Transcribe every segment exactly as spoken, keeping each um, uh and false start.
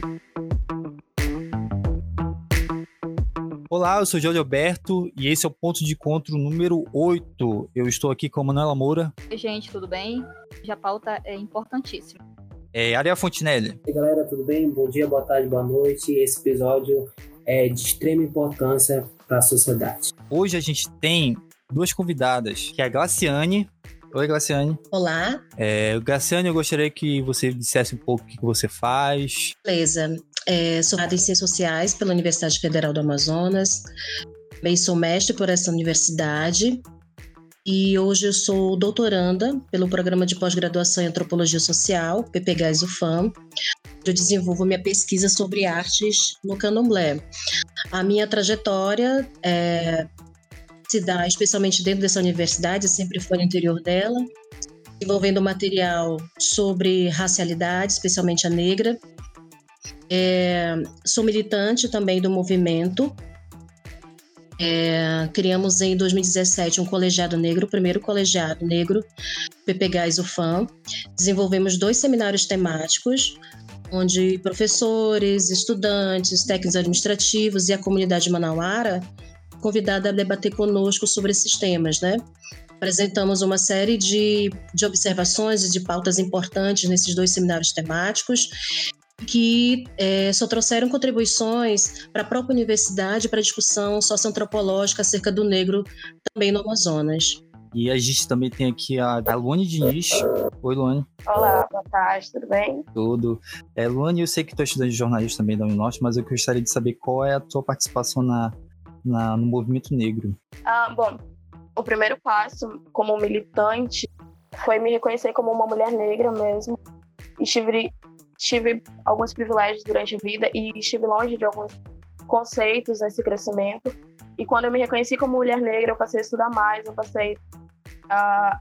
Olá, eu sou o Jorge Alberto e esse é o Ponto de Encontro número oito. Eu estou aqui com a Manuela Moura. Oi, gente, tudo bem? Já a pauta é importantíssima. É, Ariel Fontinelli. E aí, galera, tudo bem? Bom dia, boa tarde, boa noite. Esse episódio é de extrema importância para a sociedade. Hoje a gente tem duas convidadas, que é a Glaciane. Oi, Glaciane. Olá. É, Glaciane, eu gostaria que você dissesse um pouco o que você faz. Beleza. É, sou formada em Ciências Sociais pela Universidade Federal do Amazonas. Também sou mestre por essa universidade. E hoje eu sou doutoranda pelo Programa de Pós-Graduação em Antropologia Social, P P Gás U F A M. Eu desenvolvo minha pesquisa sobre artes no candomblé. A minha trajetória é, se dá especialmente dentro dessa universidade, sempre foi no interior dela, desenvolvendo material sobre racialidade, especialmente a negra. É, sou militante também do movimento. É, criamos em dois mil e dezessete um colegiado negro, o primeiro colegiado negro, P P Gás U F A M. Desenvolvemos dois seminários temáticos, onde professores, estudantes, técnicos administrativos e a comunidade manauara convidada a debater conosco sobre esses temas, né? Apresentamos uma série de, de observações e de pautas importantes nesses dois seminários temáticos, que é, só trouxeram contribuições para a própria universidade para a discussão socioantropológica acerca do negro também no Amazonas. E a gente também tem aqui a, a Luane Diniz. Oi, Luane. Olá, boa tarde, tudo bem? Tudo. É, Luane, eu sei que tu é estudante de jornalismo também da Uninorte, mas eu gostaria de saber qual é a tua participação na, na, no movimento negro. Ah, bom, o primeiro passo como militante foi me reconhecer como uma mulher negra mesmo. Estive Tive alguns privilégios durante a vida e estive longe de alguns conceitos nesse crescimento. E quando eu me reconheci como mulher negra, eu passei a estudar mais, eu passei a,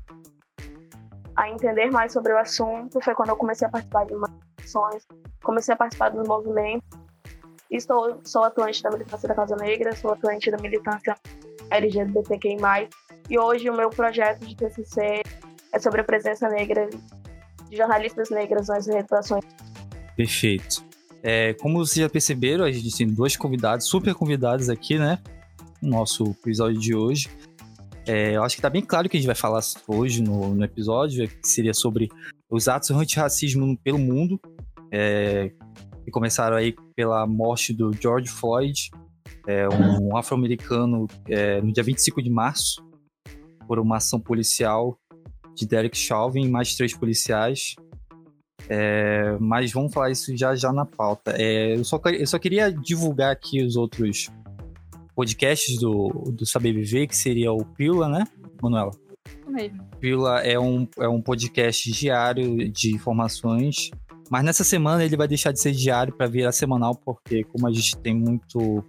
a entender mais sobre o assunto. Foi quando eu comecei a participar de ações, comecei a participar do movimento. Estou, sou atuante da militância da Causa Negra, sou atuante da militância L G B T Q I mais, e hoje o meu projeto de T C C é sobre a presença negra de jornalistas negras nas redações. Perfeito. É, como vocês já perceberam, a gente tem dois convidados, super convidados aqui, né? No nosso episódio de hoje. É, eu acho que tá bem claro que a gente vai falar hoje no, no episódio, que seria sobre os atos antirracismo pelo mundo, é, que começaram aí pela morte do George Floyd, é, um afro-americano, é, no dia vinte e cinco de março, por uma ação policial de Derek Chauvin e mais três policiais. É, mas vamos falar isso já já na pauta. É, eu, só, eu só queria divulgar aqui os outros podcasts do, do Saber Viver, que seria o Pílula, né, Manuela? Isso mesmo. Pílula é um, é um podcast diário de informações, mas nessa semana ele vai deixar de ser diário para virar semanal, porque como a gente tem muito,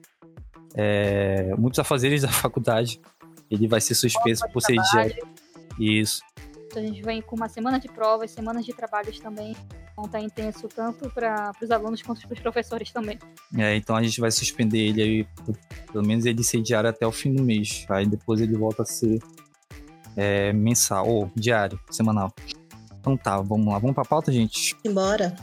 é, muitos afazeres da faculdade, ele vai ser suspenso por ser diário. Isso. A gente vem com uma semana de provas, semanas de trabalhos também. Então tá intenso tanto para os alunos quanto para os professores também. É, então a gente vai suspender ele aí, pelo menos ele ser diário até o fim do mês. Aí depois ele volta a ser é, mensal, ou diário, semanal. Então tá, vamos lá. Vamos pra pauta, gente? Embora.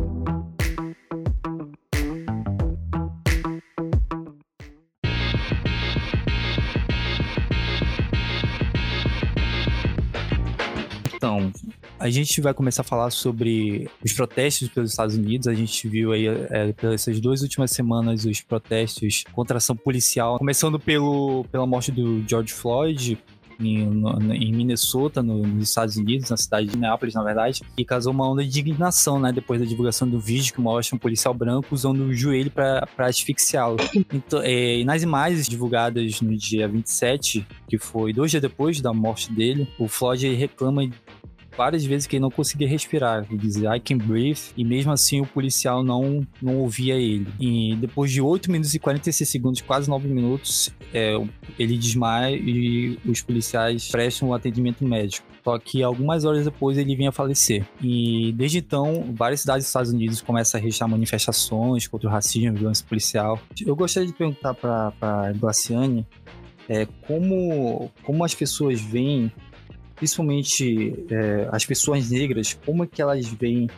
Então, a gente vai começar a falar sobre os protestos pelos Estados Unidos. A gente viu aí, é, essas duas últimas semanas, os protestos contra a ação policial, começando pelo, pela morte do George Floyd em, no, em Minnesota, no, nos Estados Unidos, na cidade de Minneapolis, na verdade, e causou uma onda de indignação, né, depois da divulgação do vídeo que mostra um policial branco usando o joelho para asfixiá-lo. Então, é, e nas imagens divulgadas no dia vinte e sete, que foi dois dias depois da morte dele, o Floyd reclama várias vezes que ele não conseguia respirar, ele dizia I can breathe, e mesmo assim o policial não, não ouvia ele. E depois de oito minutos e quarenta e seis segundos, quase nove minutos, é, ele desmaia e os policiais prestam um atendimento médico. Só que algumas horas depois ele vinha a falecer. E desde então, várias cidades dos Estados Unidos começam a registrar manifestações contra o racismo e a violência policial. Eu gostaria de perguntar para a Glaciane é, como, como as pessoas veem, principalmente é, as pessoas negras, como é que elas veem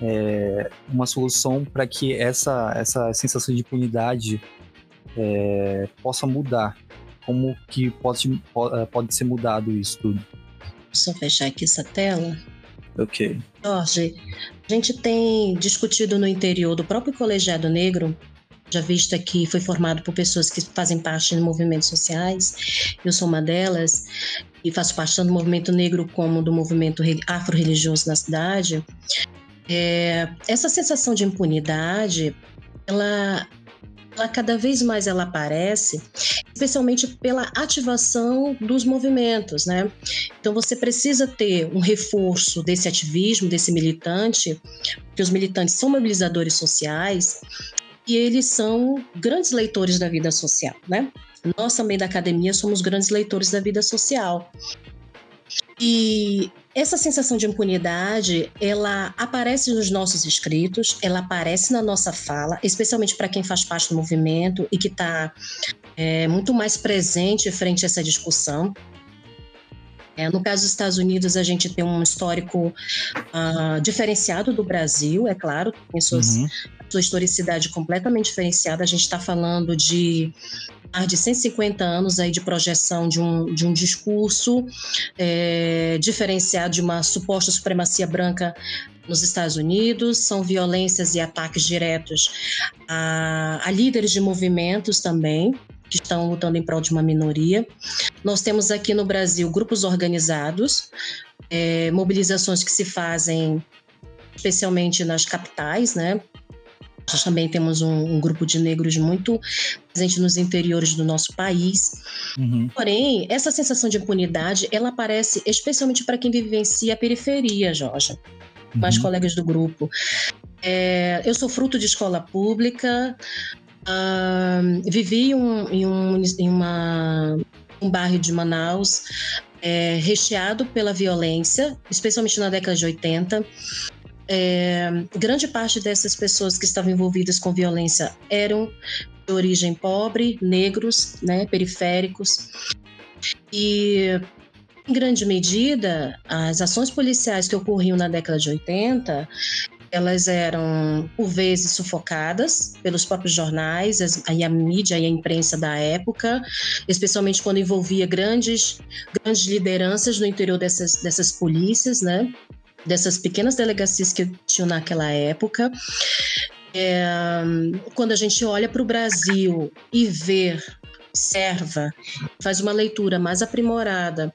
é, uma solução para que essa, essa sensação de impunidade é, possa mudar? Como que pode, pode ser mudado isso tudo? Só fechar aqui essa tela. Ok. Jorge, a gente tem discutido no interior do próprio Colegiado Negro, já vista que foi formado por pessoas que fazem parte de movimentos sociais, eu sou uma delas, e faço parte tanto do movimento negro como do movimento afro-religioso na cidade. É, essa sensação de impunidade, ela... ela cada vez mais ela aparece, especialmente pela ativação dos movimentos, né? Então você precisa ter um reforço desse ativismo, desse militante, porque os militantes são mobilizadores sociais e eles são grandes leitores da vida social, né? Nós também da academia somos grandes leitores da vida social. E essa sensação de impunidade, ela aparece nos nossos escritos, ela aparece na nossa fala, especialmente para quem faz parte do movimento e que está é, muito mais presente frente a essa discussão. É, no caso dos Estados Unidos, a gente tem um histórico uh, diferenciado do Brasil, é claro, tem suas, uhum. sua historicidade completamente diferenciada. A gente está falando de mais de cento e cinquenta anos aí de projeção de um, de um discurso é, diferenciado de uma suposta supremacia branca nos Estados Unidos. São violências e ataques diretos a, a líderes de movimentos também, que estão lutando em prol de uma minoria. Nós temos aqui no Brasil grupos organizados, é, mobilizações que se fazem especialmente nas capitais, né? Nós também temos um, um grupo de negros muito presente nos interiores do nosso país. Uhum. Porém, essa sensação de impunidade, ela aparece especialmente para quem vivencia a periferia, Jorge, uhum. mais colegas do grupo. É, eu sou fruto de escola pública, uh, vivi um, em, um, em uma, um bairro de Manaus é, recheado pela violência, especialmente na década de oitenta. É, grande parte dessas pessoas que estavam envolvidas com violência eram de origem pobre, negros, né, periféricos. E, em grande medida, as ações policiais que ocorriam na década de oitenta, elas eram, por vezes, sufocadas pelos próprios jornais as, e a mídia e a imprensa da época, especialmente quando envolvia grandes, grandes lideranças no interior dessas, dessas polícias, né? Dessas pequenas delegacias que tinham naquela época. É, quando a gente olha para o Brasil e vê, observa, faz uma leitura mais aprimorada,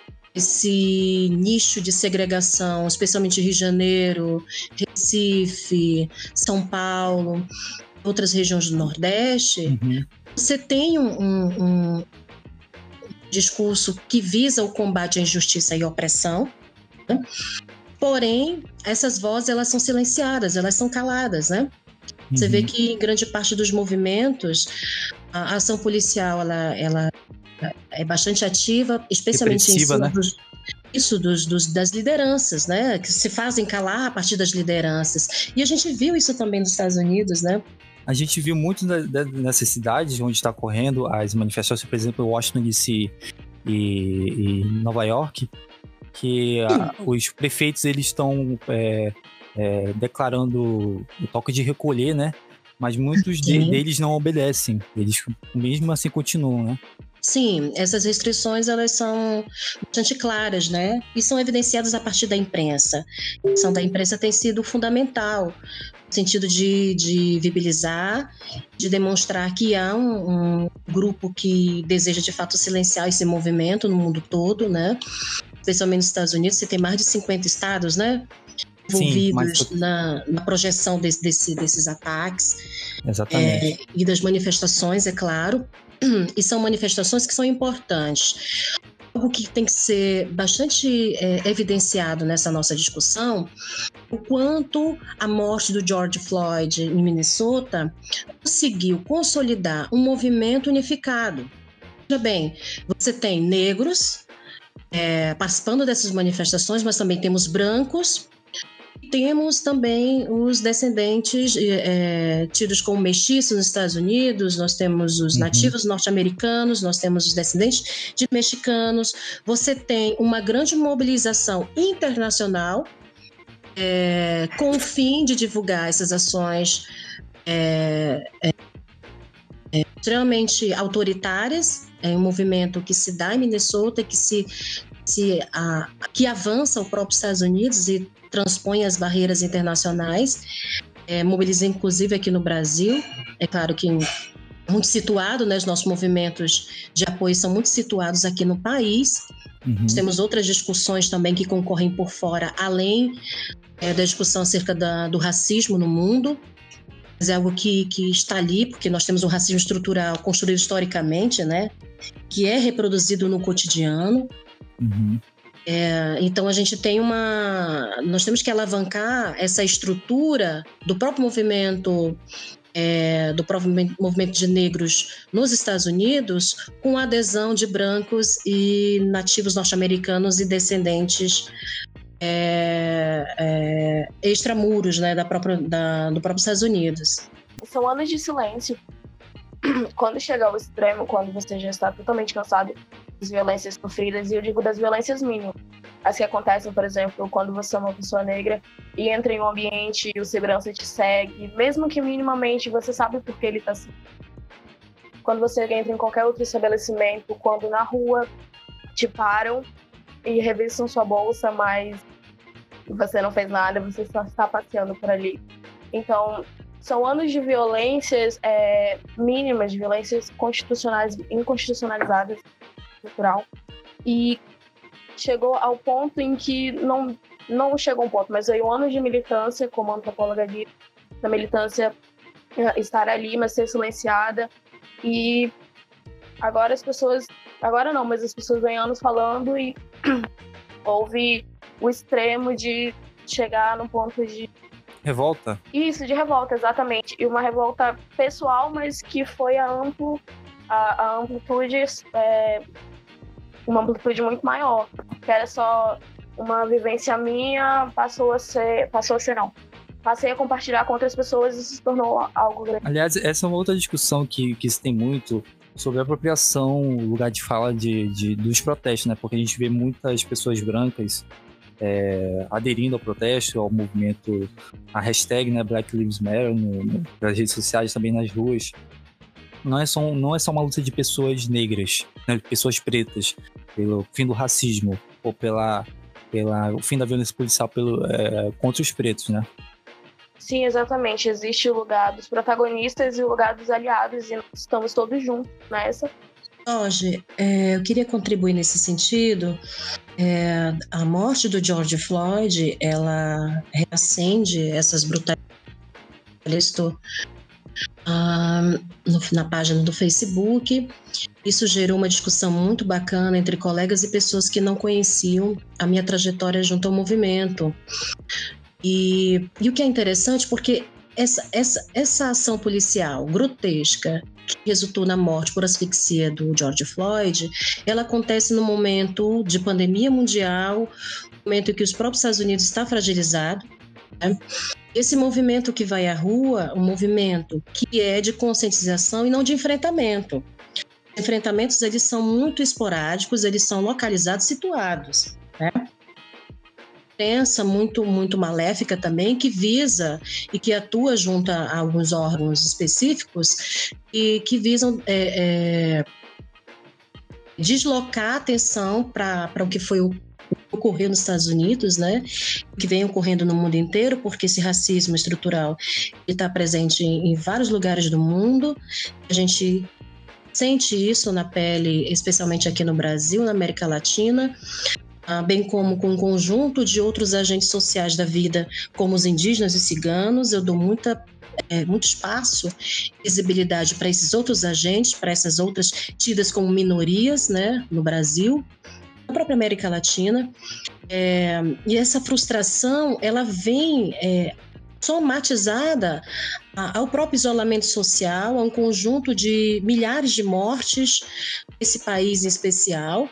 esse nicho de segregação, especialmente Rio de Janeiro, Recife, São Paulo, outras regiões do Nordeste, uhum. você tem um, um, um discurso que visa o combate à injustiça e à opressão, né? Porém, essas vozes, elas são silenciadas, elas são caladas, né? Uhum. Você vê que em grande parte dos movimentos, a ação policial, ela, ela é bastante ativa, especialmente em cima, né? dos, isso, dos, dos, das lideranças, né? Que se fazem calar a partir das lideranças. E a gente viu isso também nos Estados Unidos, né? A gente viu muito nessas cidades onde está ocorrendo as manifestações, por exemplo, Washington D C e, e Nova York, que a, os prefeitos eles estão é, é, declarando o toque de recolher, né? Mas muitos de, deles não obedecem, eles mesmo assim continuam, né? Sim, essas restrições elas são bastante claras, né? E são evidenciadas a partir da imprensa. A ação da imprensa tem sido fundamental no sentido de, de viabilizar, de demonstrar que há um, um grupo que deseja de fato silenciar esse movimento no mundo todo, né? Especialmente nos Estados Unidos, você tem mais de cinquenta estados, né? Envolvidos Sim, mas... na, na projeção desse, desse, desses ataques. Exatamente. É, e das manifestações, é claro. E são manifestações que são importantes. Algo que tem que ser bastante é, evidenciado nessa nossa discussão, o quanto a morte do George Floyd em Minnesota conseguiu consolidar um movimento unificado. Veja bem, você tem negros é, participando dessas manifestações, mas também temos brancos, temos também os descendentes é, tidos como mestiços nos Estados Unidos, nós temos os nativos uhum. norte-americanos, nós temos os descendentes de mexicanos. Você tem uma grande mobilização internacional é, com o fim de divulgar essas ações é, é, é, extremamente autoritárias, é um movimento que se dá em Minnesota, que, se, se, a, que avança o próprio Estados Unidos e transpõe as barreiras internacionais, é, mobiliza inclusive aqui no Brasil. É claro que muito situado, né, os nossos movimentos de apoio são muito situados aqui no país. Uhum. Nós temos outras discussões também que concorrem por fora, além é, da discussão acerca da, do racismo no mundo. Mas é algo que, que está ali, porque nós temos um racismo estrutural construído historicamente, né, que é reproduzido no cotidiano. Uhum. É, então a gente tem uma... Nós temos que alavancar essa estrutura do próprio movimento... É, do próprio movimento de negros nos Estados Unidos, com a adesão de brancos e nativos norte-americanos e descendentes é, é, extramuros, né, da própria, da, do próprio Estados Unidos. São anos de silêncio. Quando chegar ao extremo, quando você já está totalmente cansado das violências sofridas, e eu digo das violências mínimas, as que acontecem, por exemplo, quando você é uma pessoa negra e entra em um ambiente e o segurança te segue, mesmo que minimamente você sabe por que ele está assim. Quando você entra em qualquer outro estabelecimento, quando na rua te param e revistam sua bolsa, mas você não fez nada, você só está passeando por ali. Então, são anos de violências é, mínimas, de violências constitucionais, inconstitucionalizadas, cultural, e chegou ao ponto em que não, não chegou a um ponto, mas veio anos de militância, como antropóloga de da militância estar ali, mas ser silenciada, e agora as pessoas, agora não, mas as pessoas vêm anos falando e houve o extremo de chegar num ponto de revolta? Isso, de revolta, exatamente. E uma revolta pessoal, mas que foi a, amplo, a, a amplitude, é, uma amplitude muito maior. Que era só uma vivência minha, passou a ser, passou a ser não. Passei a compartilhar com outras pessoas e se tornou algo grande. Aliás, essa é uma outra discussão que, que se tem muito sobre a apropriação, o lugar de fala de, de, dos protestos, né? Porque a gente vê muitas pessoas brancas É, aderindo ao protesto, ao movimento, a hashtag, né, Black Lives Matter, no, no, nas redes sociais, também nas ruas. Não é só, não é só uma luta de pessoas negras, né, de pessoas pretas, pelo fim do racismo, ou pela, pela o fim da violência policial pelo, é, contra os pretos, né? Sim, exatamente. Existe o lugar dos protagonistas e o lugar dos aliados, e nós estamos todos juntos nessa. Jorge, é, eu queria contribuir nesse sentido. É, a morte do George Floyd, ela reacende essas brutalidades. Estou ah, no, na página do Facebook. Isso gerou uma discussão muito bacana entre colegas e pessoas que não conheciam a minha trajetória junto ao movimento. E, e o que é interessante, porque essa, essa, essa ação policial grotesca que resultou na morte por asfixia do George Floyd, ela acontece no momento de pandemia mundial, no momento em que os próprios Estados Unidos está fragilizado, né? Esse movimento que vai à rua, um movimento que é de conscientização e não de enfrentamento. Os enfrentamentos, eles são muito esporádicos, eles são localizados, situados, né? Pensa muito, muito maléfica também, que visa e que atua junto a alguns órgãos específicos e que visam é, é, deslocar a atenção para o que foi o ocorreu nos Estados Unidos, né, que vem ocorrendo no mundo inteiro, porque esse racismo estrutural está presente em, em vários lugares do mundo. A gente sente isso na pele, especialmente aqui no Brasil, na América Latina, bem como com um conjunto de outros agentes sociais da vida, como os indígenas e ciganos. Eu dou muita, é, muito espaço e visibilidade para esses outros agentes, para essas outras tidas como minorias, né, no Brasil, na própria América Latina. É, e essa frustração, ela vem é, somatizada ao próprio isolamento social, a um conjunto de milhares de mortes nesse país em especial.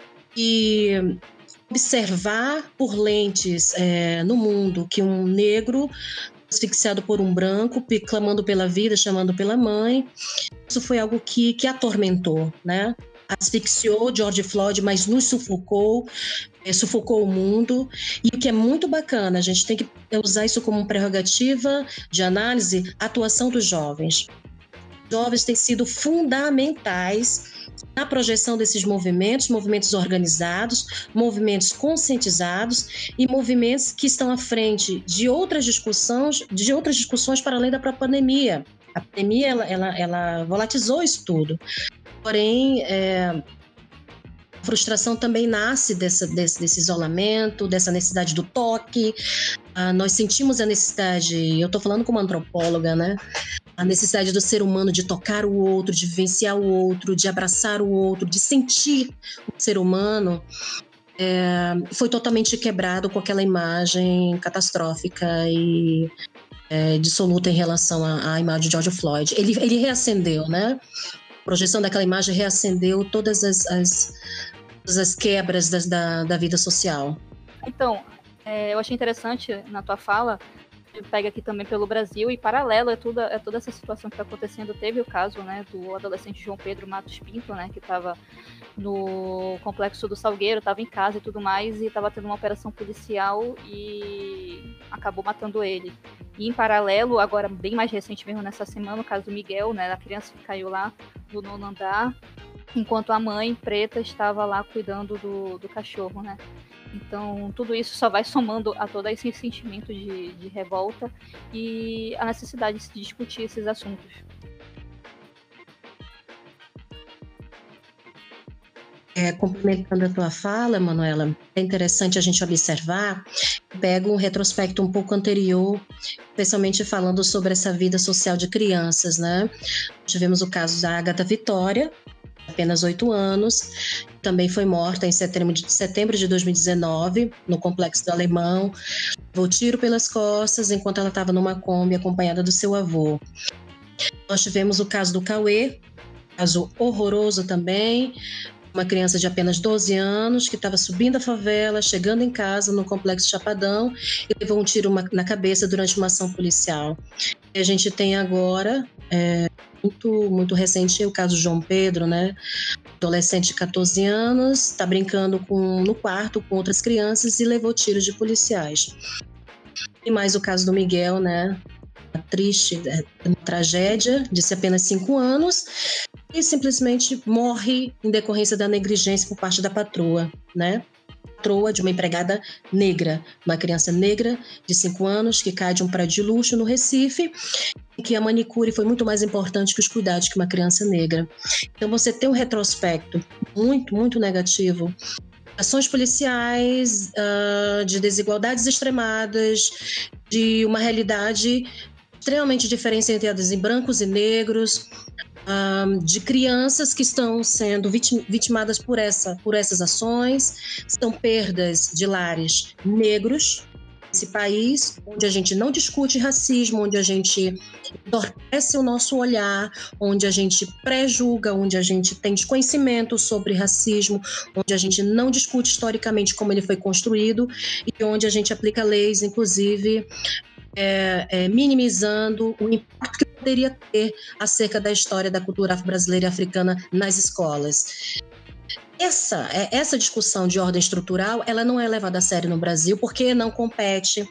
E observar por lentes é, no mundo que um negro asfixiado por um branco, clamando pela vida, chamando pela mãe, isso foi algo que, que atormentou, né? Asfixiou George Floyd, mas nos sufocou, sufocou o mundo. E o que é muito bacana, a gente tem que usar isso como prerrogativa de análise, a atuação dos jovens. Os jovens têm sido fundamentais na projeção desses movimentos, movimentos organizados, movimentos conscientizados e movimentos que estão à frente de outras discussões, de outras discussões para além da própria pandemia. A pandemia, ela, ela, ela volatilizou isso tudo. Porém, é, a frustração também nasce dessa, desse, desse isolamento, dessa necessidade do toque. Ah, nós sentimos a necessidade, eu estou falando como antropóloga, né? A necessidade do ser humano de tocar o outro, de vivenciar o outro, de abraçar o outro, de sentir o ser humano, é, foi totalmente quebrado com aquela imagem catastrófica e é, dissoluta em relação à, à imagem de George Floyd. Ele, ele reacendeu, né? A projeção daquela imagem reacendeu todas as, as, todas as quebras das, da, da vida social. Então, é, eu achei interessante na tua fala, pega aqui também pelo Brasil, e paralelo é toda, é toda essa situação que está acontecendo. Teve o caso, né, do adolescente João Pedro Matos Pinto, né, que estava no Complexo do Salgueiro, estava em casa e tudo mais, e estava tendo uma operação policial e acabou matando ele. E em paralelo, agora bem mais recente mesmo, nessa semana, o caso do Miguel, né, da criança que caiu lá do nono andar, enquanto a mãe preta estava lá cuidando do, do cachorro, né. Então, tudo isso só vai somando a todo esse sentimento de, de revolta e a necessidade de se discutir esses assuntos. É, complementando a tua fala, Manuela, é interessante a gente observar, pega um retrospecto um pouco anterior, especialmente falando sobre essa vida social de crianças, né? Tivemos o caso da Agatha Vitória, apenas oito anos, também foi morta em setembro de, setembro de dois mil e dezenove, no Complexo do Alemão, levou tiro pelas costas enquanto ela estava numa Kombi acompanhada do seu avô. Nós tivemos o caso do Cauê, caso horroroso também, uma criança de apenas doze anos que estava subindo a favela, chegando em casa no Complexo Chapadão e levou um tiro na cabeça durante uma ação policial. E a gente tem agora, é, muito, muito recente, o caso do João Pedro, né? Adolescente de catorze anos, está brincando com, no quarto com outras crianças e levou tiros de policiais. E mais o caso do Miguel, né? Uma triste uma tragédia, disse apenas cinco anos, e simplesmente morre em decorrência da negligência por parte da patroa, né? Patroa de uma empregada negra, uma criança negra de cinco anos que cai de um prédio de luxo no Recife, e que a manicure foi muito mais importante que os cuidados que uma criança negra. Então você tem um retrospecto muito, muito negativo. Ações policiais, uh, de desigualdades extremadas, de uma realidade extremamente diferenciada em brancos e negros, um, de crianças que estão sendo vitim, vitimadas por, essa, por essas ações. São perdas de lares negros nesse país, onde a gente não discute racismo, onde a gente entorpece o nosso olhar, onde a gente pré-julga, onde a gente tem desconhecimento sobre racismo, onde a gente não discute historicamente como ele foi construído e onde a gente aplica leis, inclusive, É, é, minimizando o impacto que poderia ter acerca da história da cultura afro-brasileira e africana nas escolas. Essa, essa discussão de ordem estrutural, ela não é levada a sério no Brasil porque não compete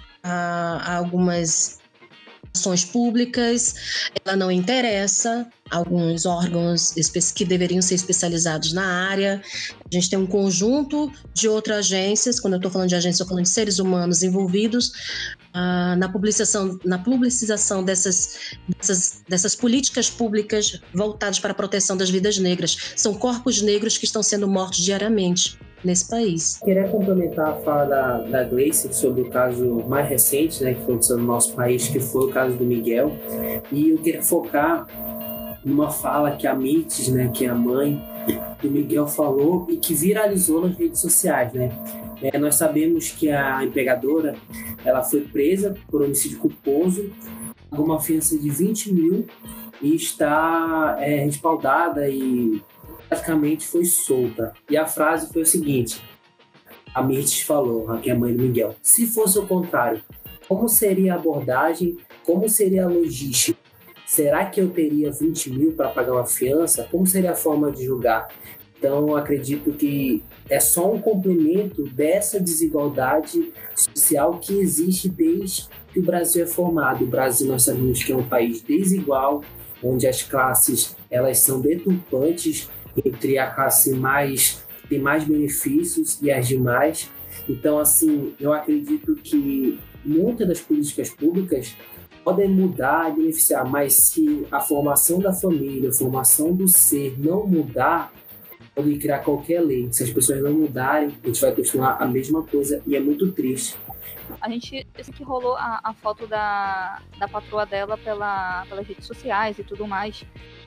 a, a algumas ações públicas, ela não interessa a alguns órgãos que deveriam ser especializados na área. A gente tem um conjunto de outras agências, quando eu estou falando de agências, estou falando de seres humanos envolvidos uh, na publicização, na publicização dessas, dessas, dessas políticas públicas voltadas para a proteção das vidas negras. São corpos negros que estão sendo mortos diariamente nesse país. Queria complementar a fala da, da Gleice sobre o caso mais recente, né, que aconteceu no nosso país, que foi o caso do Miguel. E eu queria focar numa fala que a Mirtes, né, que é a mãe do Miguel, falou e que viralizou nas redes sociais, né? É, nós sabemos que a empregadora, ela foi presa por homicídio culposo, com uma fiança de vinte mil e está é, respaldada e praticamente foi solta. E a frase foi o seguinte: a Mirtes falou, que é a mãe do Miguel: se fosse o contrário, como seria a abordagem, como seria a logística? Será que eu teria vinte mil para pagar uma fiança? Como seria a forma de julgar? Então, eu acredito que é só um complemento dessa desigualdade social que existe desde que o Brasil é formado. O Brasil, nós sabemos que é um país desigual, onde as classes elas são deturpantes entre a classe mais tem mais benefícios e as demais. Então, assim, eu acredito que muitas das políticas públicas podem mudar e beneficiar, mas se a formação da família, a formação do ser não mudar, pode criar qualquer lei. Se as pessoas não mudarem, a gente vai continuar a mesma coisa e é muito triste. A gente, esse que rolou a, a foto da, da patroa dela pela, pelas redes sociais e tudo mais.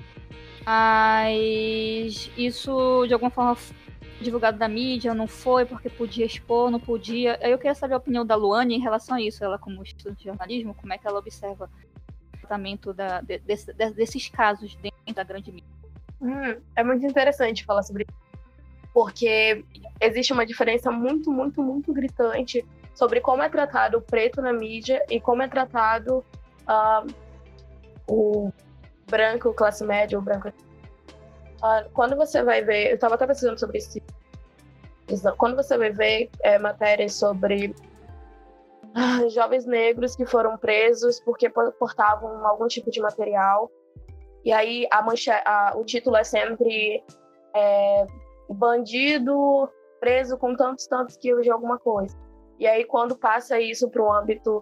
Mas isso, de alguma forma, divulgado da mídia, não foi porque podia expor, não podia. Eu queria saber a opinião da Luane em relação a isso, ela como estudante de jornalismo, como é que ela observa o tratamento da, de, de, de, desses casos dentro da grande mídia. Hum, é muito interessante falar sobre isso, porque existe uma diferença muito, muito, muito gritante sobre como é tratado o preto na mídia e como é tratado uh, o branco, classe média, o branco. Uh, quando você vai ver, eu estava até pesquisando sobre isso, quando você vai ver é, matérias sobre uh, jovens negros que foram presos porque portavam algum tipo de material, e aí a mancha, a, o título é sempre é, bandido preso com tantos, tantos quilos de alguma coisa. E aí quando passa isso para o âmbito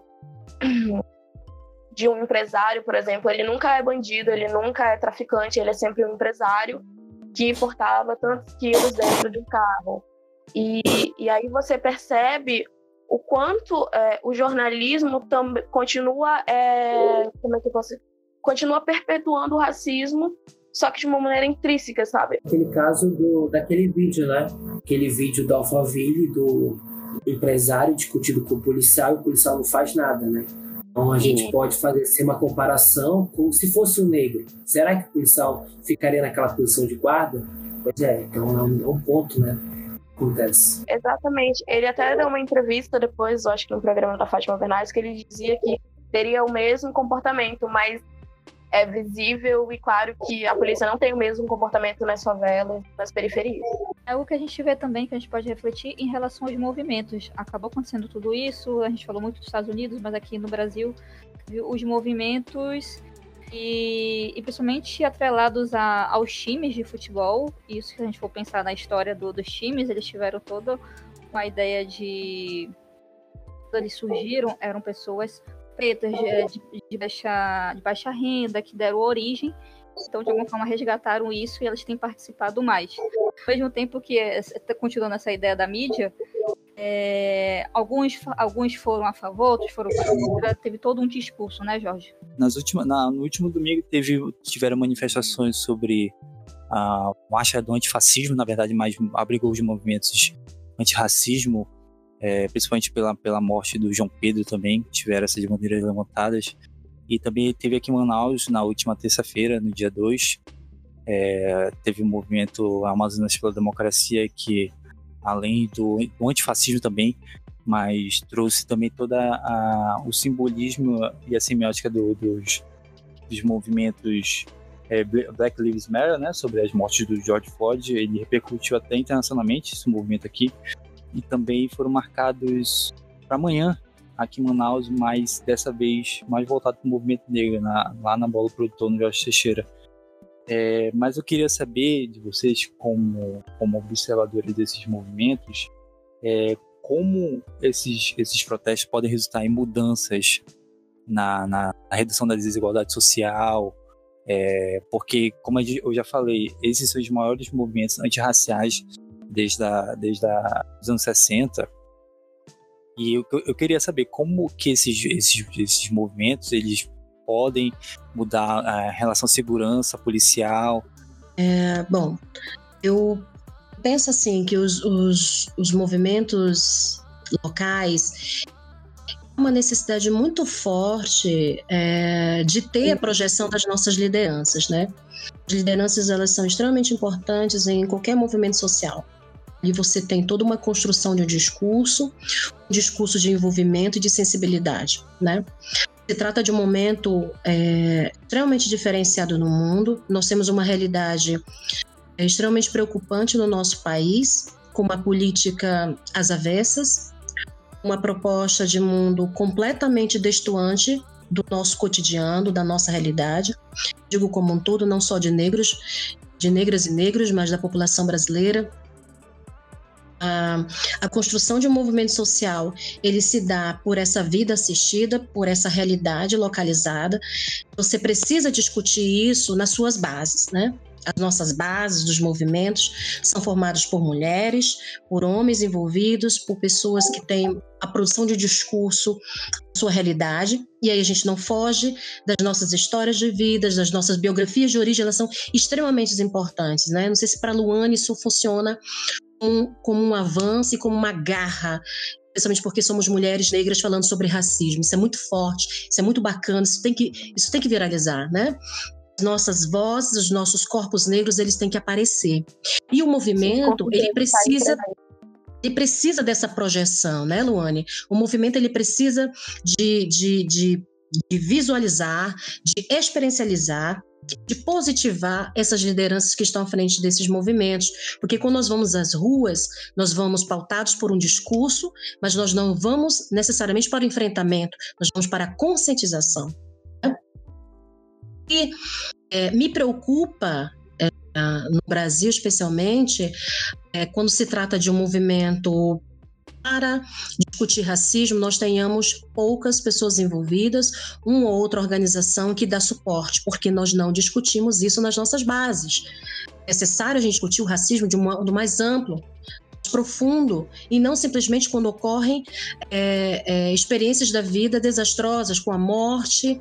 de um empresário, por exemplo, ele nunca é bandido, ele nunca é traficante, ele é sempre um empresário que portava tantos quilos dentro de um carro. E, e aí você percebe o quanto é, o jornalismo tam, continua, é, como é que eu posso, continua perpetuando o racismo, só que de uma maneira intrínseca, sabe? Aquele caso do, daquele vídeo, né? Aquele vídeo do Alphaville, do empresário discutindo com o policial, e o policial não faz nada, né? Então a gente pode fazer ser uma comparação como se fosse um negro. Será que o policial ficaria naquela posição de guarda? Pois é, então é um, é um ponto, né? Acontece. Exatamente. Ele até deu uma entrevista depois, eu acho que no programa da Fátima Bernardes, que ele dizia que teria o mesmo comportamento, mas é visível e claro que a polícia não tem o mesmo comportamento nas favelas, nas periferias. É o que a gente vê também, que a gente pode refletir em relação aos movimentos. Acabou acontecendo tudo isso, a gente falou muito dos Estados Unidos, mas aqui no Brasil, os movimentos e, e principalmente atrelados a, aos times de futebol. Isso, que a gente for pensar na história do, dos times, eles tiveram toda uma ideia de... Quando eles surgiram, eram pessoas pretas de, de, de, baixa, de baixa renda, que deram origem. Então, de alguma forma, resgataram isso e elas têm participado mais. Ao mesmo tempo que, continuando essa ideia da mídia, é, alguns, alguns foram a favor, outros foram contra, teve todo um discurso, né, Jorge? Nas últimas, na, no último domingo teve, tiveram manifestações sobre a marcha do antifascismo, na verdade, mas abrigou os movimentos antirracismo, é, principalmente pela, pela morte do João Pedro também, tiveram essas bandeiras levantadas. E também teve aqui em Manaus, na última terça-feira, no dia dois, é, teve o um movimento Amazonas pela Democracia, que além do, do antifascismo também, mas trouxe também todo o simbolismo e a semiótica do, dos, dos movimentos é, Black Lives Matter, né, sobre as mortes do George Floyd. Ele repercutiu até internacionalmente esse movimento aqui, e também foram marcados para amanhã, aqui em Manaus, mas dessa vez mais voltado para o movimento negro, na, lá na Bola Produtor, no Jorge Teixeira. É, mas eu queria saber de vocês, como, como observadores desses movimentos, é, como esses, esses protestos podem resultar em mudanças na, na, na redução da desigualdade social, é, porque, como eu já falei, esses são os maiores movimentos antirraciais desde, a, desde a, os anos sessenta. E eu, eu queria saber como que esses, esses, esses movimentos eles podem mudar a relação segurança policial. É, bom, eu penso assim que os, os, os movimentos locais uma necessidade muito forte é, de ter a projeção das nossas lideranças, né? As lideranças, elas são extremamente importantes em qualquer movimento social. E você tem toda uma construção de um discurso, um discurso de envolvimento e de sensibilidade, né? Se trata de um momento é, extremamente diferenciado no mundo. Nós temos uma realidade é extremamente preocupante no nosso país, com uma política às avessas, uma proposta de mundo completamente destoante do nosso cotidiano, da nossa realidade. Digo como um todo, não só de negros, de negras e negros, mas da população brasileira. A, a construção de um movimento social, ele se dá por essa vida assistida, por essa realidade localizada. Você precisa discutir isso nas suas bases, né? As nossas bases dos movimentos são formadas por mulheres, por homens envolvidos, por pessoas que têm a produção de discurso, a sua realidade, e aí a gente não foge das nossas histórias de vidas, das nossas biografias de origem, elas são extremamente importantes, né? Não sei se para a Luane isso funciona como, como um avanço e como uma garra, principalmente porque somos mulheres negras falando sobre racismo. Isso é muito forte, isso é muito bacana, isso tem que, isso tem que viralizar, né? As nossas vozes, os nossos corpos negros, eles têm que aparecer. E o movimento, ele precisa, ele precisa dessa projeção, né, Luane? O movimento, ele precisa de, de, de, de visualizar, de experiencializar, de positivar essas lideranças que estão à frente desses movimentos. Porque quando nós vamos às ruas, nós vamos pautados por um discurso, mas nós não vamos necessariamente para o enfrentamento, nós vamos para a conscientização. E é, me preocupa, é, no Brasil especialmente, é, quando se trata de um movimento para discutir racismo, nós tenhamos poucas pessoas envolvidas, uma ou outra organização que dá suporte, porque nós não discutimos isso nas nossas bases. É necessário a gente discutir o racismo de um modo mais amplo, mais profundo, e não simplesmente quando ocorrem é, é, experiências da vida desastrosas, com a morte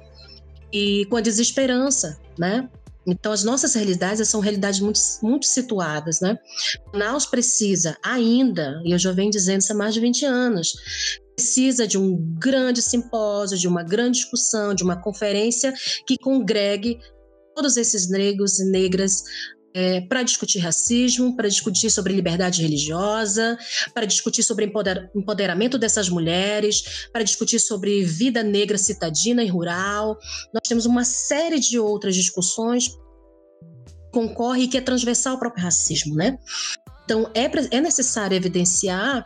e com a desesperança, né? Então, as nossas realidades são realidades muito, muito situadas, né? Manaus precisa ainda, e eu já venho dizendo isso há mais de vinte anos, precisa de um grande simpósio, de uma grande discussão, de uma conferência que congregue todos esses negros e negras É, para discutir racismo, para discutir sobre liberdade religiosa, para discutir sobre empoder, empoderamento dessas mulheres, para discutir sobre vida negra citadina e rural. Nós temos uma série de outras discussões que concorrem e que é transversal ao próprio racismo, né? Então, é, é necessário evidenciar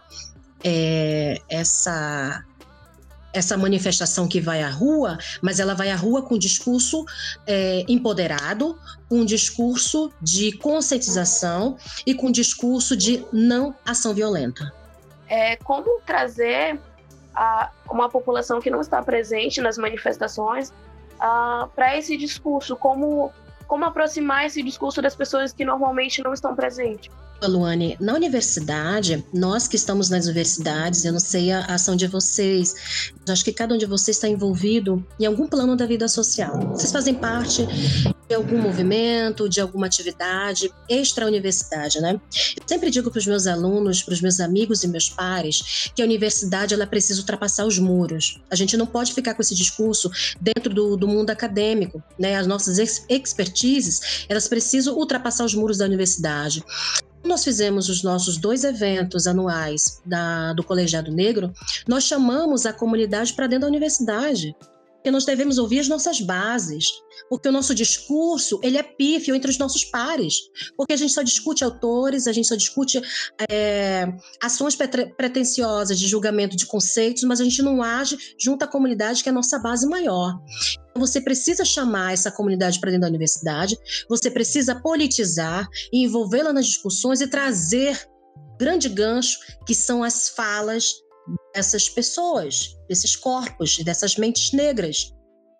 é, essa... essa manifestação que vai à rua, mas ela vai à rua com um discurso é, empoderado, com um discurso de conscientização e com um discurso de não ação violenta. É, como trazer a, uma população que não está presente nas manifestações para esse discurso? Como, como aproximar esse discurso das pessoas que normalmente não estão presentes? Luane, na universidade, nós que estamos nas universidades, eu não sei a ação de vocês, eu acho que cada um de vocês está envolvido em algum plano da vida social. Vocês fazem parte de algum movimento, de alguma atividade extra-universidade, né? Eu sempre digo para os meus alunos, para os meus amigos e meus pares, que a universidade ela precisa ultrapassar os muros. A gente não pode ficar com esse discurso dentro do, do mundo acadêmico, né? As nossas ex- expertises, elas precisam ultrapassar os muros da universidade. Nós fizemos os nossos dois eventos anuais da, do Colegiado Negro, nós chamamos a comunidade para dentro da universidade, porque nós devemos ouvir as nossas bases, porque o nosso discurso ele é pífio entre os nossos pares, porque a gente só discute autores, a gente só discute é, ações pre- pretensiosas de julgamento de conceitos, mas a gente não age junto à comunidade, que é a nossa base maior. Você precisa chamar essa comunidade para dentro da universidade, você precisa politizar e envolvê-la nas discussões e trazer grande gancho, que são as falas dessas pessoas, desses corpos, dessas mentes negras.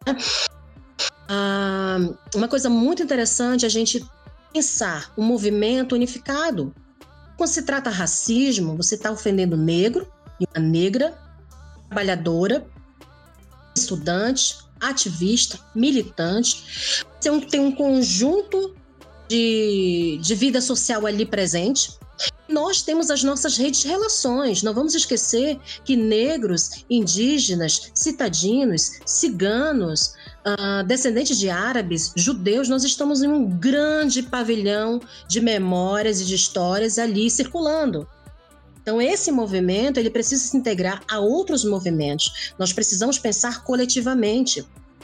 Ah, uma coisa muito interessante é a gente pensar um movimento unificado. Quando se trata de racismo, você está ofendendo negro e uma negra, trabalhadora, estudante, ativista, militante. Você tem um conjunto de, de vida social ali presente. Nós temos as nossas redes de relações. Não vamos esquecer que negros, indígenas, citadinos, ciganos, uh, descendentes de árabes, judeus, nós estamos em um grande pavilhão de memórias e de histórias ali circulando. Então, esse movimento ele precisa se integrar a outros movimentos. Nós precisamos pensar coletivamente.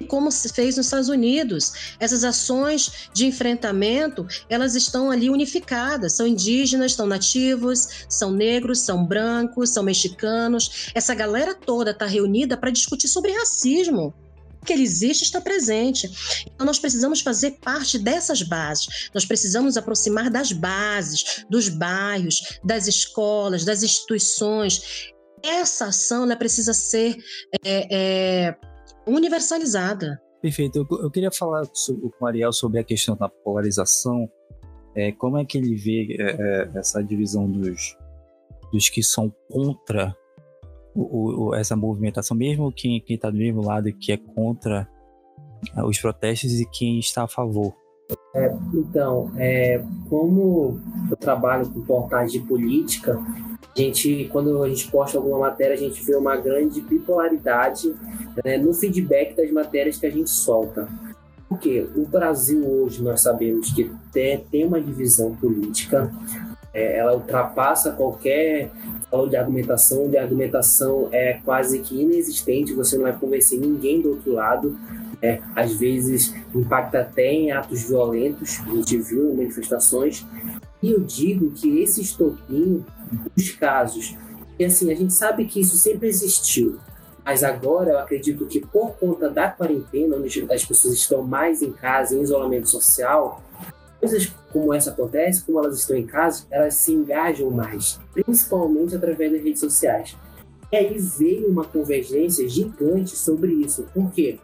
como se fez nos Estados Unidos. Essas ações de enfrentamento, elas estão ali unificadas, são indígenas, são nativos, são negros, são brancos, são mexicanos. Essa galera toda está reunida para discutir sobre racismo. Que ele existe, está presente. Então nós precisamos fazer parte dessas bases, nós precisamos aproximar das bases, dos bairros, das escolas, das instituições. Essa ação ela precisa ser é, é, universalizada. Perfeito, eu, eu queria falar sobre, com o Ariel sobre a questão da polarização, é, como é que ele vê é, é, essa divisão dos, dos que são contra O, o, essa movimentação, mesmo quem está do mesmo lado que é contra uh, os protestos e quem está a favor. É, então, é, como eu trabalho com portais de política, a gente, quando a gente posta alguma matéria, a gente vê uma grande bipolaridade, né, no feedback das matérias que a gente solta. Porque o Brasil hoje, nós sabemos que tem, tem uma divisão política, é, ela ultrapassa qualquer valor de argumentação, de argumentação é quase que inexistente, você não vai convencer ninguém do outro lado, é, às vezes impacta até em atos violentos, a gente viu em manifestações, e eu digo que esse estopim dos casos, e assim, a gente sabe que isso sempre existiu, mas agora eu acredito que por conta da quarentena, onde as pessoas estão mais em casa, em isolamento social, coisas como essa acontecem, como elas estão em casa, elas se engajam mais, principalmente através das redes sociais. E aí veio uma convergência gigante sobre isso. Por quê?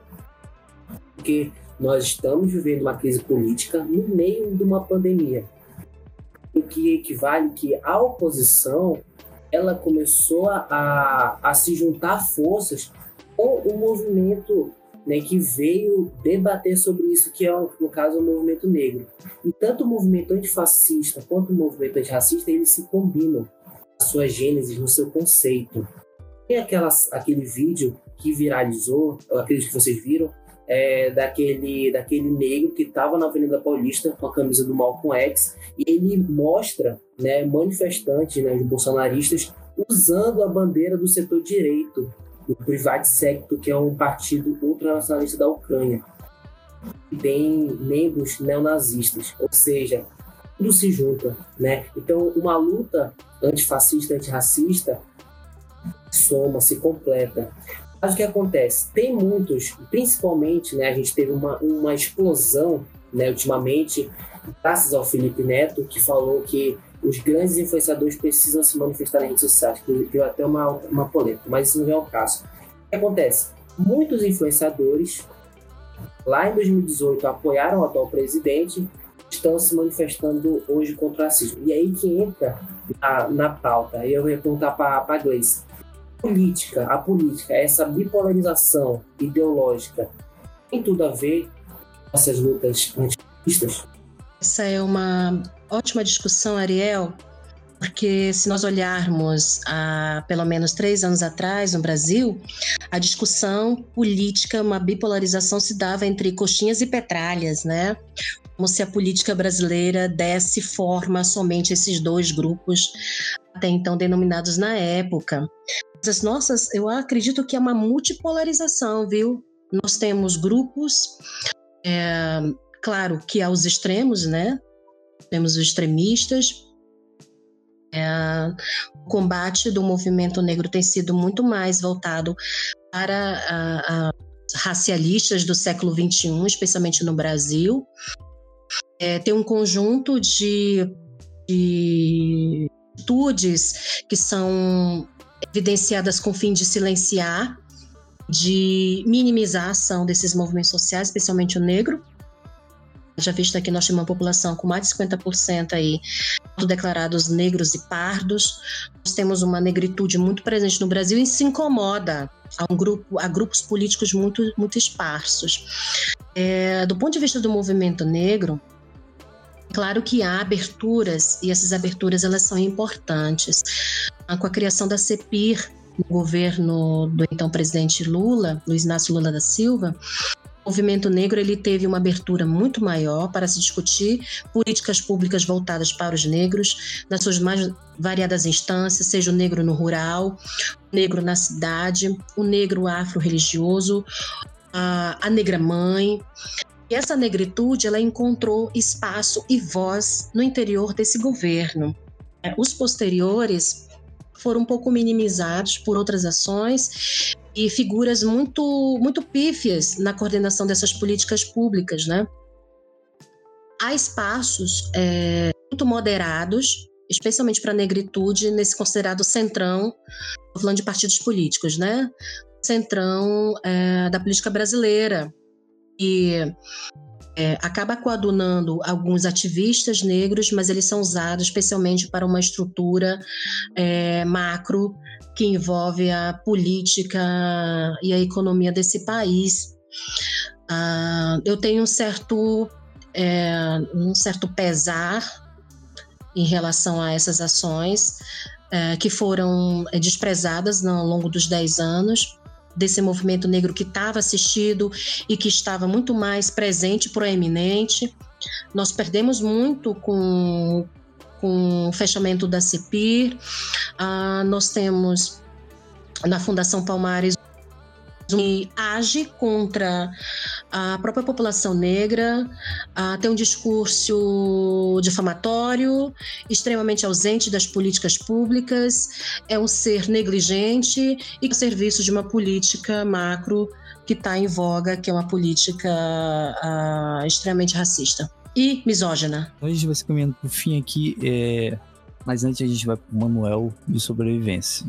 Porque nós estamos vivendo uma crise política no meio de uma pandemia, o que equivale que a oposição ela começou a, a se juntar forças com o movimento, né, que veio debater sobre isso, que é, no caso, o movimento negro. E tanto o movimento antifascista quanto o movimento antirracista, eles se combinam na sua gênese, no seu conceito. Tem aquela, aquele vídeo que viralizou, eu acredito que vocês viram, é, daquele, daquele negro que estava na Avenida Paulista com a camisa do Malcolm X, e ele mostra, né, manifestantes, né, os bolsonaristas, usando a bandeira do setor direito, do Privat Sector, que é um partido ultranacionalista da Ucrânia, que tem membros neonazistas, ou seja, tudo se junta, né? Então, uma luta antifascista, antirracista soma, se completa. Mas o que acontece? Tem muitos, principalmente, né, a gente teve uma, uma explosão, né, ultimamente, graças ao Felipe Neto, que falou que os grandes influenciadores precisam se manifestar nas redes sociais, que deu até uma, uma polêmica, mas isso não é o caso. O que acontece? Muitos influenciadores, lá em dois mil e dezoito, apoiaram o atual presidente, estão se manifestando hoje contra o racismo. E aí que entra na, na pauta, aí eu ia perguntar para a Gleice. Política, a política, essa bipolarização ideológica, tem tudo a ver com essas lutas antifascistas? Essa é uma ótima discussão, Ariel, porque se nós olharmos há pelo menos três anos atrás no Brasil, a discussão política, uma bipolarização se dava entre coxinhas e petralhas, né? Como se a política brasileira desse forma somente a esses dois grupos, até então denominados na época. Mas as nossas, eu acredito que é uma multipolarização, viu? Nós temos grupos, é, claro que há os extremos, né? Temos os extremistas. É, o combate do movimento negro tem sido muito mais voltado para a, a racialistas do século vinte e um, especialmente no Brasil. É, tem um conjunto de, de atitudes que são evidenciadas com o fim de silenciar, de minimizar a ação desses movimentos sociais, especialmente o negro. Já visto que nós temos uma população com mais de cinquenta por cento aí autodeclarados negros e pardos. Nós temos uma negritude muito presente no Brasil e se incomoda a, um grupo, a grupos políticos muito, muito esparsos. É, do ponto de vista do movimento negro, claro que há aberturas, e essas aberturas elas são importantes. Com a criação da CEPIR, no governo do então presidente Lula, Luiz Inácio Lula da Silva, o movimento negro ele teve uma abertura muito maior para se discutir políticas públicas voltadas para os negros, nas suas mais variadas instâncias, seja o negro no rural, o negro na cidade, o negro afro-religioso, a, a negra mãe. E essa negritude, ela encontrou espaço e voz no interior desse governo. Os posteriores foram um pouco minimizados por outras ações e figuras muito, muito pífias na coordenação dessas políticas públicas, né? Há espaços é, muito moderados, especialmente para a negritude, nesse considerado centrão, falando de partidos políticos, né? Centrão é, da política brasileira. E é, acaba coadunando alguns ativistas negros, mas eles são usados especialmente para uma estrutura é, macro que envolve a política e a economia desse país. Ah, eu tenho um certo, é, um certo pesar em relação a essas ações é, que foram é, desprezadas ao longo dos dez anos, desse movimento negro que estava assistido e que estava muito mais presente, proeminente. Nós perdemos muito com, com o fechamento da CEPIR. Ah, nós temos na Fundação Palmares que age contra a própria população negra, uh, tem um discurso difamatório, extremamente ausente das políticas públicas, é um ser negligente e a serviço de uma política macro que está em voga, que é uma política uh, extremamente racista e misógina. A gente vai se caminhando para o fim aqui, é... mas antes a gente vai para o manual de sobrevivência.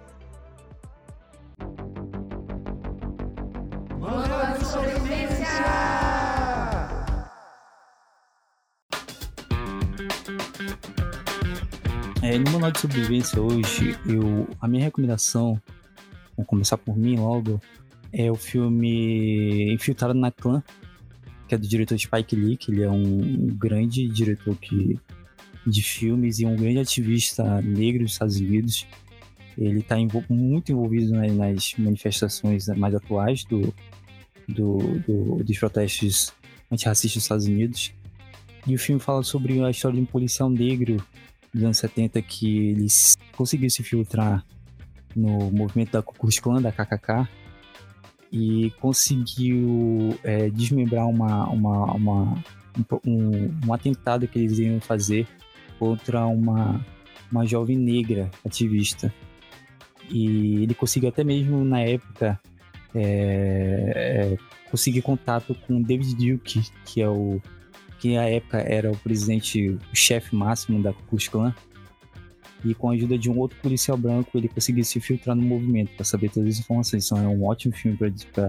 É, no manual de sobrevivência hoje, eu, a minha recomendação, vou começar por mim logo, é o filme Infiltrado na Clã, que é do diretor Spike Lee, que ele é um grande diretor que, de filmes e um grande ativista negro dos Estados Unidos. Ele está envol- muito envolvido nas, nas manifestações mais atuais do, do, do, dos protestos antirracistas dos Estados Unidos. E o filme fala sobre a história de um policial negro dos anos setenta que ele conseguiu se filtrar no movimento da Ku Klux Klan, da K K K, e conseguiu é, desmembrar uma, uma, uma, um, um atentado que eles iam fazer contra uma, uma jovem negra ativista. E ele conseguiu até mesmo, na época, é, é, conseguir contato com David Duke, que é o que na época era o presidente, o chefe máximo da Ku Klux Klan, e com a ajuda de um outro policial branco ele conseguiu se filtrar no movimento para saber todas as informações. Então é um ótimo filme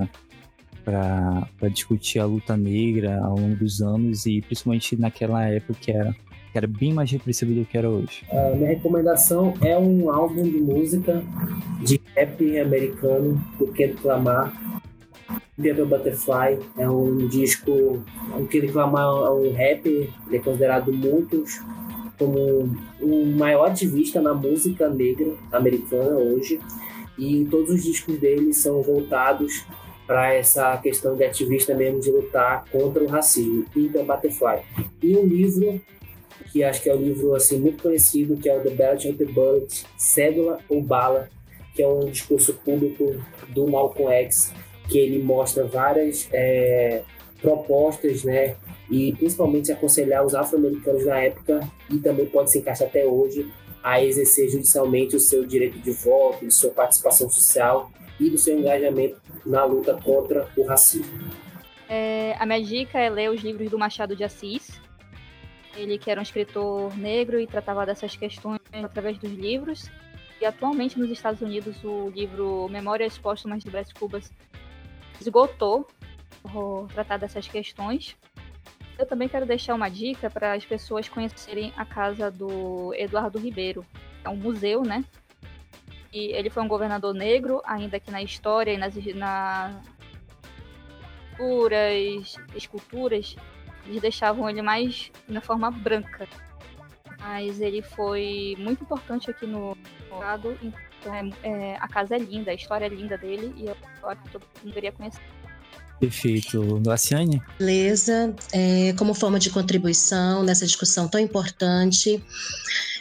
para discutir a luta negra ao longo dos anos e principalmente naquela época que era, que era bem mais repressivo do que era hoje. A minha recomendação é um álbum de música de rap americano do Kendrick Lamar. Pimp a Butterfly é um disco, o Kendrick Lamar é um rapper, ele é considerado muitos como o maior ativista na música negra americana hoje, e todos os discos dele são voltados para essa questão de ativista mesmo, de lutar contra o racismo. Pimp a Butterfly. E um livro que acho que é um livro assim, muito conhecido, que é o The Ballot of the Bullet, Cédula ou Bala, que é um discurso público do Malcolm X, que ele mostra várias é, propostas, né, e principalmente aconselhar os afro-americanos na época, e também pode se encaixar até hoje, a exercer judicialmente o seu direito de voto, de sua participação social e do seu engajamento na luta contra o racismo. É, a minha dica é ler os livros do Machado de Assis. Ele que era um escritor negro e tratava dessas questões através dos livros. E atualmente nos Estados Unidos o livro Memórias Póstumas de Brás Cubas esgotou por tratar dessas questões. Eu também quero deixar uma dica para as pessoas conhecerem a casa do Eduardo Ribeiro. É um museu, né? E ele foi um governador negro, ainda que na história e nas na esculturas, esculturas, eles deixavam ele mais na forma branca. Mas ele foi muito importante aqui no estado, então é, é, a casa é linda, a história é linda dele e eu acho que todo mundo deveria conhecer. Perfeito. Graciane? Beleza. É, como forma de contribuição nessa discussão tão importante,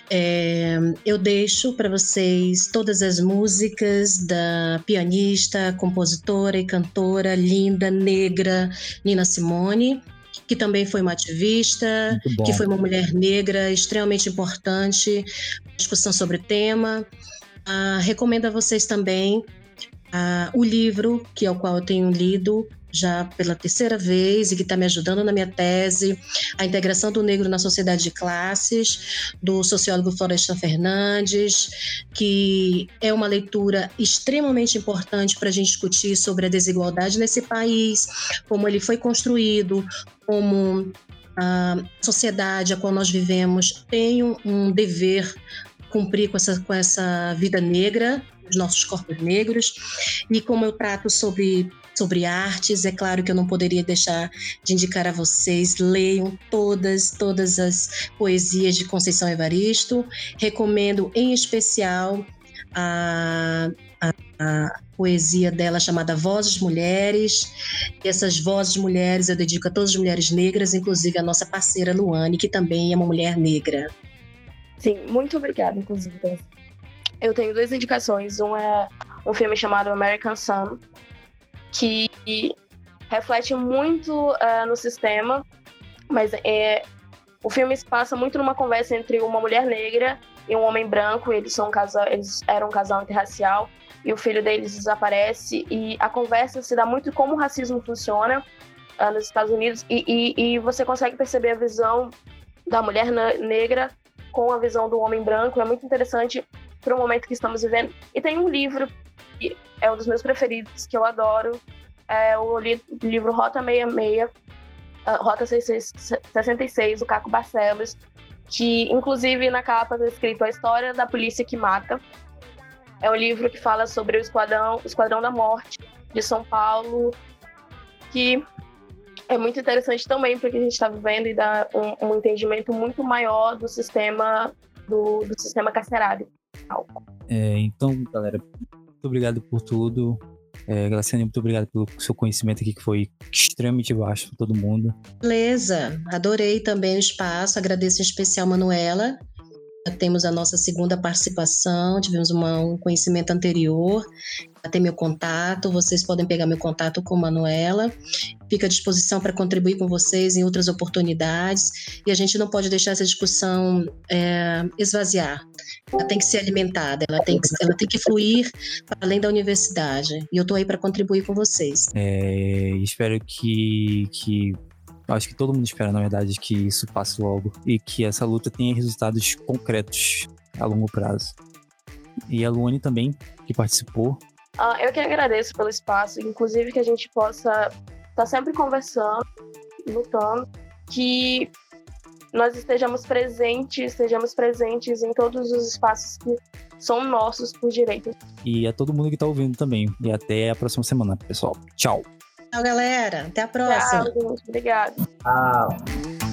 É, eu deixo para vocês todas as músicas da pianista, compositora e cantora linda, negra, Nina Simone, que também foi uma ativista, que foi uma mulher negra extremamente importante, discussão sobre o tema. Ah, recomendo a vocês também ah, o livro, que é o qual eu tenho lido já pela terceira vez e que está me ajudando na minha tese, A Integração do Negro na Sociedade de Classes, do sociólogo Florestan Fernandes, que é uma leitura extremamente importante para a gente discutir sobre a desigualdade nesse país, como ele foi construído, como a sociedade a qual nós vivemos tem um dever cumprir com essa, com essa vida negra, os nossos corpos negros, e como eu trato sobre, sobre artes, é claro que eu não poderia deixar de indicar a vocês, leiam todas, todas as poesias de Conceição Evaristo, recomendo em especial a, a, a poesia dela chamada Vozes Mulheres, e essas vozes mulheres eu dedico a todas as mulheres negras, inclusive a nossa parceira Luane, que também é uma mulher negra. Sim, muito obrigada, inclusive. Eu tenho duas indicações. Um é um filme chamado American Sun, que reflete muito uh, no sistema, mas é, o filme se passa muito numa conversa entre uma mulher negra e um homem branco. Eles, são um casal, eles eram um casal interracial e o filho deles desaparece. E a conversa se dá muito como o racismo funciona uh, nos Estados Unidos e, e, e você consegue perceber a visão da mulher negra com a visão do homem branco. É muito interessante para o momento que estamos vivendo. E tem um livro que é um dos meus preferidos, que eu adoro, é o li- livro Rota sessenta e seis, uh, Rota sessenta e seis, do Caco Barcelos, que inclusive na capa está escrito A História da Polícia que Mata. É um livro que fala sobre o Esquadrão, o Esquadrão da Morte de São Paulo, que é muito interessante também porque a gente está vivendo e dá um, um entendimento muito maior do sistema, do, do sistema carcerário. É, então, galera, muito obrigado por tudo. É, Glaciane, muito obrigado pelo seu conhecimento aqui, que foi extremamente vasto para todo mundo. Beleza, adorei também o espaço, agradeço em especial a Manuela. Já temos a nossa segunda participação, tivemos uma, um conhecimento anterior, já tem meu contato, vocês podem pegar meu contato com a Manuela. Fico à disposição para contribuir com vocês em outras oportunidades, e a gente não pode deixar essa discussão é, esvaziar. Ela tem que ser alimentada, ela tem que, ela tem que fluir para além da universidade, e eu estou aí para contribuir com vocês. É, espero que, que acho que todo mundo espera, na verdade, que isso passe logo e que essa luta tenha resultados concretos a longo prazo. E a Luane também, que participou. Uh, eu que agradeço pelo espaço, inclusive que a gente possa estar tá sempre conversando, lutando, que nós estejamos presentes, estejamos presentes em todos os espaços que são nossos por direito. E a todo mundo que está ouvindo também. E até a próxima semana, pessoal. Tchau. Tchau, galera. Até a próxima. Tchau, gente. Obrigada. Tchau.